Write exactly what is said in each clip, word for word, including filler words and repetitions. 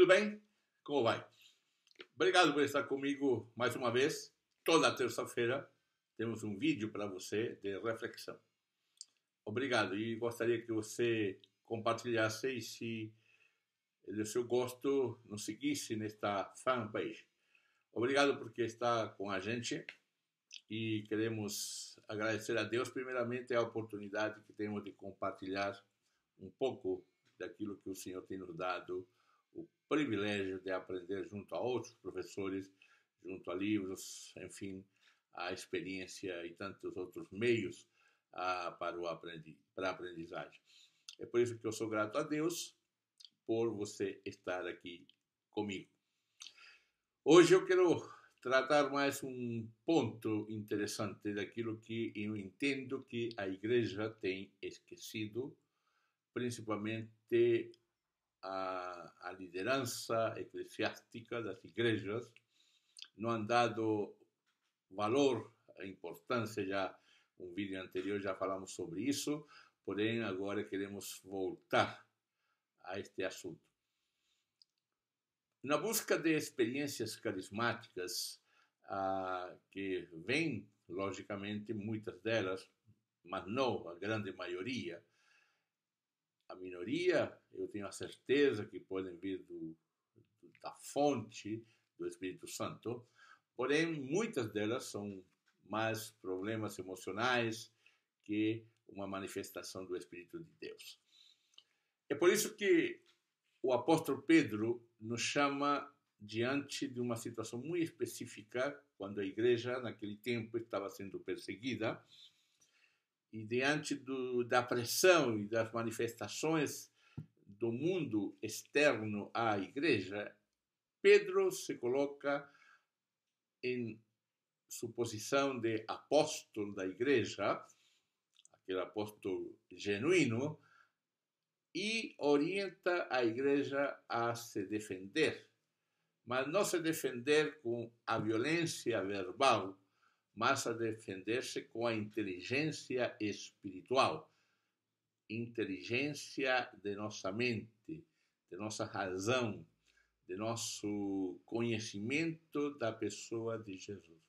Tudo bem? Como vai? Obrigado por estar comigo mais uma vez. Toda terça-feira temos um vídeo para você de reflexão. Obrigado e gostaria que você compartilhasse e, se de seu gosto, nos seguisse nesta fanpage. Obrigado porque está com a gente e queremos agradecer a Deus primeiramente a oportunidade que temos de compartilhar um pouco daquilo que o Senhor tem nos dado, o privilégio de aprender junto a outros professores, junto a livros, enfim, a experiência e tantos outros meios ah, para, o aprendi para a aprendizagem. É por isso que eu sou grato a Deus por você estar aqui comigo. Hoje eu quero tratar mais um ponto interessante daquilo que eu entendo que a igreja tem esquecido, principalmente a, a liderança eclesiástica das igrejas, não han dado valor, a importância, já um vídeo anterior já falamos sobre isso, porém agora queremos voltar a este assunto. Na busca de experiências carismáticas, ah, que vêm, logicamente, muitas delas, mas não a grande maioria, a minoria, eu tenho a certeza que podem vir do, do, da fonte do Espírito Santo, porém, muitas delas são mais problemas emocionais que uma manifestação do Espírito de Deus. É por isso que o apóstolo Pedro nos chama diante de uma situação muito específica, quando a igreja, naquele tempo, estava sendo perseguida, e diante do, da pressão e das manifestações do mundo externo à igreja, Pedro se coloca em sua posição de apóstolo da igreja, aquele apóstolo genuíno, e orienta a igreja a se defender, mas não se defender com a violência verbal, mas a defender-se com a inteligência espiritual, inteligência de nossa mente, de nossa razão, de nosso conhecimento da pessoa de Jesus.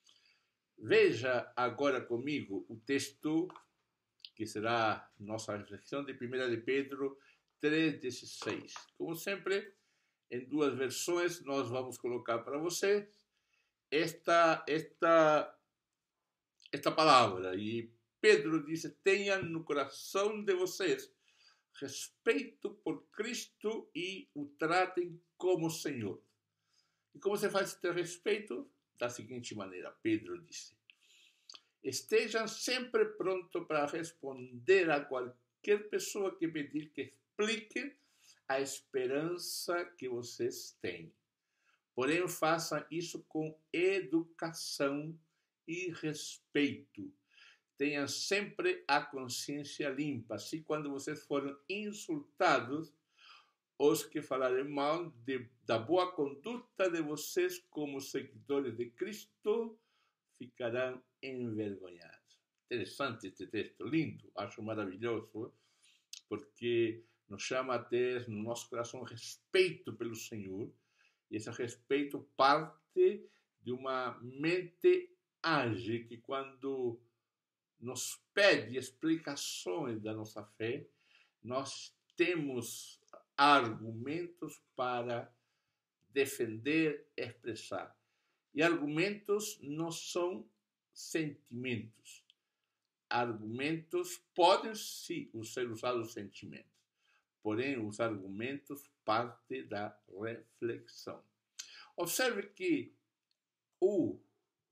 Veja agora comigo o texto que será nossa reflexão de primeira de Pedro três, dezesseis. Como sempre, em duas versões, nós vamos colocar para você esta, esta, esta palavra. E Pedro disse: tenham no coração de vocês respeito por Cristo e o tratem como Senhor. E como se faz este respeito? Da seguinte maneira, Pedro disse: estejam sempre prontos para responder a qualquer pessoa que pedir que explique a esperança que vocês têm. Porém, façam isso com educação e respeito. Tenham sempre a consciência limpa. Assim, quando vocês forem insultados, os que falarem mal de, da boa conduta de vocês como seguidores de Cristo ficarão envergonhados. Interessante este texto, lindo, acho maravilhoso, porque nos chama a ter no nosso coração respeito pelo Senhor, e esse respeito parte de uma mente ágil que, quando nos pede explicações da nossa fé, nós temos argumentos para defender, expressar. E argumentos não são sentimentos. Argumentos podem sim ser usados sentimentos, porém os argumentos partem da reflexão. Observe que o,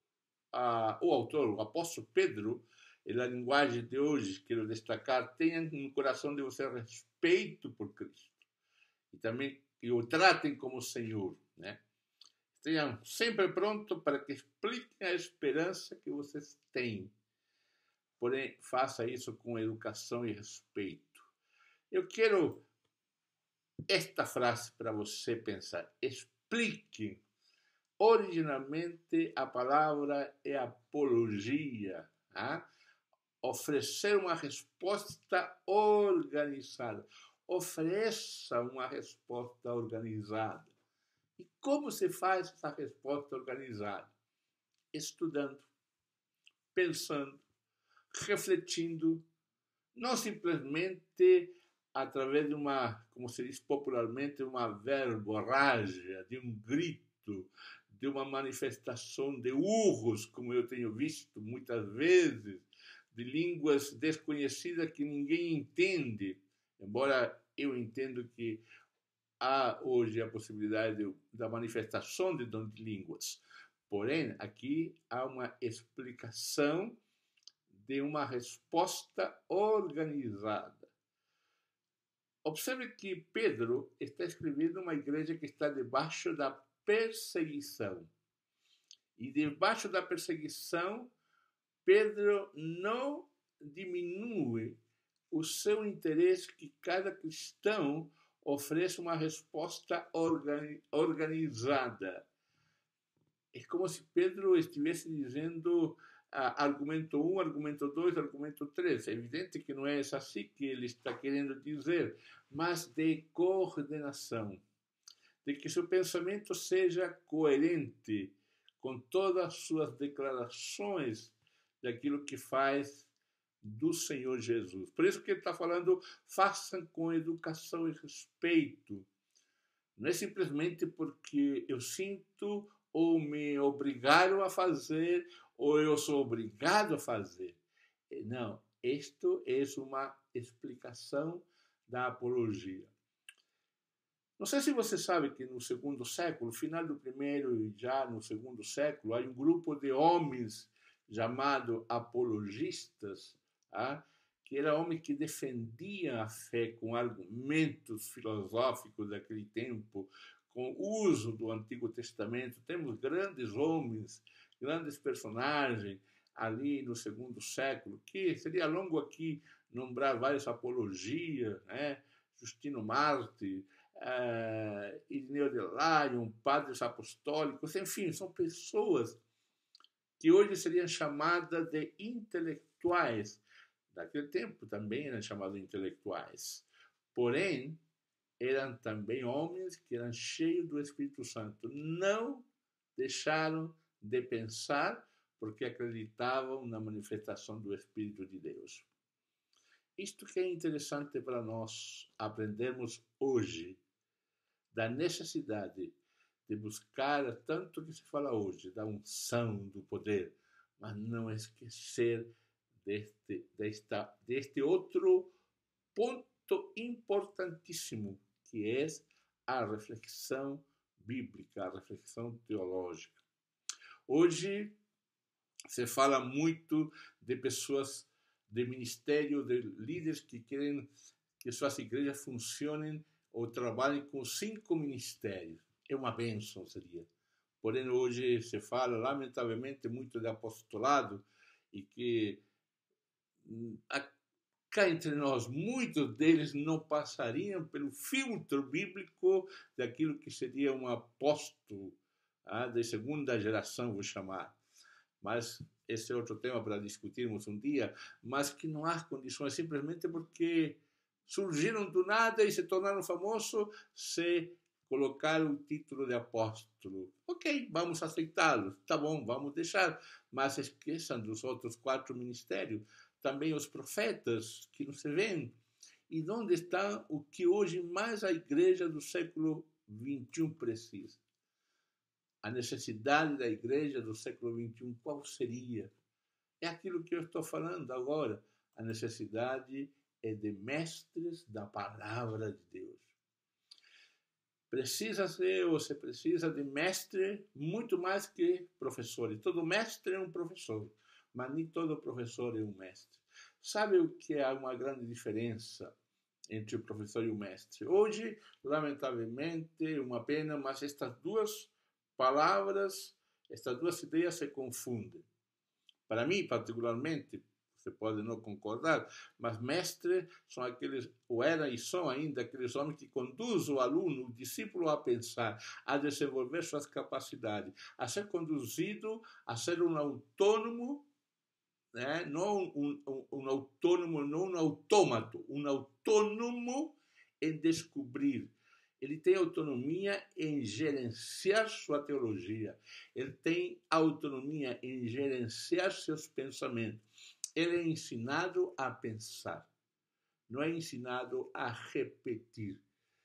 a, o autor, o apóstolo Pedro, na linguagem de hoje, quero destacar, tenha no coração de você respeito por Cristo. E também que o tratem como Senhor, né? Estejam sempre prontos para que expliquem a esperança que vocês têm. Porém, faça isso com educação e respeito. Eu quero esta frase para você pensar. Explique. Originalmente, a palavra é apologia. Hein? Oferecer uma resposta organizada. ofereça uma resposta organizada. E como se faz essa resposta organizada? Estudando, pensando, refletindo, não simplesmente através de uma, como se diz popularmente, uma verborrágia, de um grito, de uma manifestação de urros, como eu tenho visto muitas vezes, de línguas desconhecidas que ninguém entende, embora eu entendo que há hoje a possibilidade de, da manifestação de dom de línguas. Porém, aqui há uma explicação de uma resposta organizada. Observe que Pedro está escrevendo uma igreja que está debaixo da perseguição. E debaixo da perseguição, Pedro não diminui o seu interesse que cada cristão ofereça uma resposta organizada. É como se Pedro estivesse dizendo ah, argumento um, argumento dois, argumento três. É evidente que não é assim que ele está querendo dizer, mas de coordenação, de que seu pensamento seja coerente com todas as suas declarações daquilo que faz do Senhor Jesus. Por isso que ele está falando, façam com educação e respeito. Não é simplesmente porque eu sinto ou me obrigaram a fazer ou eu sou obrigado a fazer. Não, isto é uma explicação da apologia. Não sei se você sabe que no segundo século, final do primeiro e já no segundo século, há um grupo de homens chamado apologistas, ah, que era homem que defendia a fé com argumentos filosóficos daquele tempo, com o uso do Antigo Testamento. Temos grandes homens, grandes personagens ali no segundo século, que seria longo aqui nombrar várias apologias, né? Justino Marte, uh, Irineu de Lyon, padres apostólicos, enfim, são pessoas que hoje seriam chamadas de intelectuais. Naquele tempo também eram chamados de intelectuais. Porém, eram também homens que eram cheios do Espírito Santo. Não deixaram de pensar porque acreditavam na manifestação do Espírito de Deus. Isto que é interessante para nós aprendermos hoje, da necessidade de buscar tanto que se fala hoje, da unção, do poder, mas não esquecer deste, desta, deste outro ponto importantíssimo, que é a reflexão bíblica, a reflexão teológica. Hoje se fala muito de pessoas de ministério, de líderes que querem que suas igrejas funcionem ou trabalhem com cinco ministérios. É uma bênção, seria. Porém, hoje se fala, lamentavelmente, muito de apostolado e que cá entre nós, muitos deles não passariam pelo filtro bíblico daquilo que seria um apóstolo, ah, de segunda geração, vou chamar. Mas esse é outro tema para discutirmos um dia, mas que não há condições, simplesmente porque surgiram do nada e se tornaram famosos, se colocaram o título de apóstolo. Ok, vamos aceitá-los, tá bom, vamos deixar, mas esqueçam dos outros quatro ministérios, também os profetas que não se veem. E onde está o que hoje mais a igreja do século vinte e um precisa? A necessidade da igreja do século vinte e um, qual seria? É aquilo que eu estou falando agora. A necessidade é de mestres da palavra de Deus. Precisa ser, ou se precisa de mestre, muito mais que professores. Todo mestre é um professor, mas nem todo professor é um mestre. Sabe o que é uma grande diferença entre o professor e o mestre? Hoje, lamentavelmente, é uma pena, mas estas duas palavras, estas duas ideias se confundem. Para mim, particularmente, você pode não concordar, mas mestres são aqueles, ou eram e são ainda, aqueles homens que conduzem o aluno, o discípulo a pensar, a desenvolver suas capacidades, a ser conduzido, a ser um autônomo, né? Não um, um, um autônomo, não um autômato, um autônomo em descobrir. Ele tem autonomia em gerenciar sua teologia. Ele tem autonomia em gerenciar seus pensamentos. Ele é ensinado a pensar. Não é ensinado a repetir.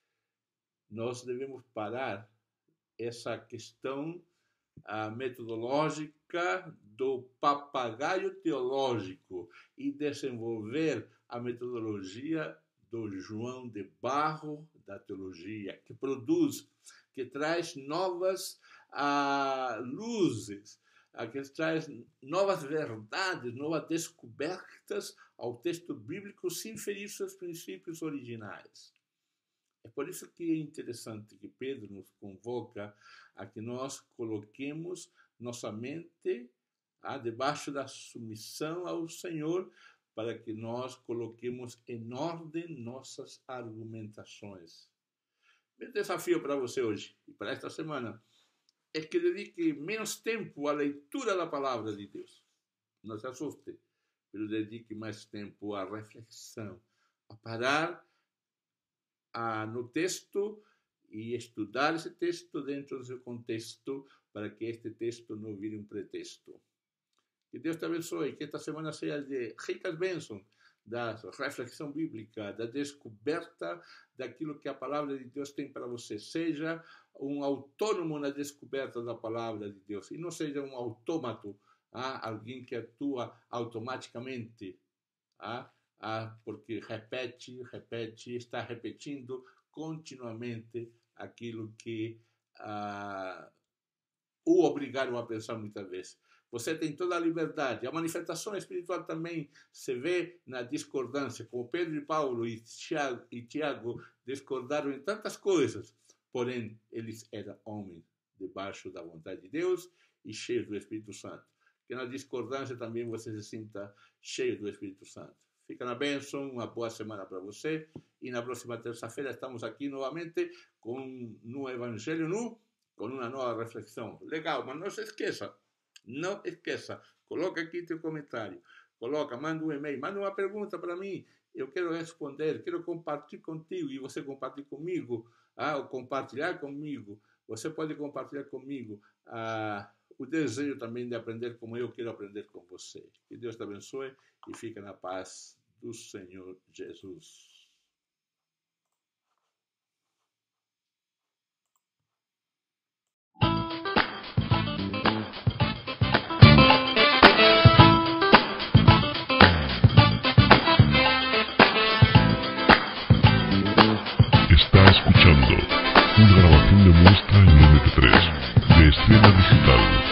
Nós devemos parar essa questão a metodológica do papagaio teológico e desenvolver a metodologia do João de Barro da teologia, que produz, que traz novas ah, luzes, ah, que traz novas verdades, novas descobertas ao texto bíblico sem ferir seus princípios originais. É por isso que é interessante que Pedro nos convoca a que nós coloquemos nossa mente ah, debaixo da submissão ao Senhor, para que nós coloquemos em ordem nossas argumentações. Meu desafio para você hoje e para esta semana é que dedique menos tempo à leitura da palavra de Deus. Não se assuste, mas dedique mais tempo à reflexão, a parar a, no texto e estudar esse texto dentro do seu contexto, para que este texto não vire um pretexto. Que Deus te abençoe, que esta semana seja de ricas bênçãos, da reflexão bíblica, da descoberta daquilo que a palavra de Deus tem para você. Seja um autônomo na descoberta da palavra de Deus e não seja um autômato, ah, alguém que atua automaticamente, ah, ah, porque repete, repete, está repetindo continuamente aquilo que ah, o obrigaram a pensar muitas vezes. Você tem toda a liberdade. A manifestação espiritual também se vê na discordância, como Pedro e Paulo e Tiago, e Tiago discordaram em tantas coisas, porém eles eram homens debaixo da vontade de Deus e cheios do Espírito Santo. Que na discordância também você se sinta cheio do Espírito Santo. Fica na bênção, uma boa semana para você, e na próxima terça-feira estamos aqui novamente com no Evangelho Nu, com uma nova reflexão. Legal, mas não se esqueça. Não esqueça, coloca aqui teu comentário, coloca, manda um e-mail, manda uma pergunta para mim, eu quero responder, quero compartilhar contigo e você compartilha comigo, ah, ou compartilhar comigo, você pode compartilhar comigo ah, o desejo também de aprender como eu quero aprender com você. Que Deus te abençoe e fica na paz do Senhor Jesus. Una grabación de muestra en eme pe tres de Escena Digital.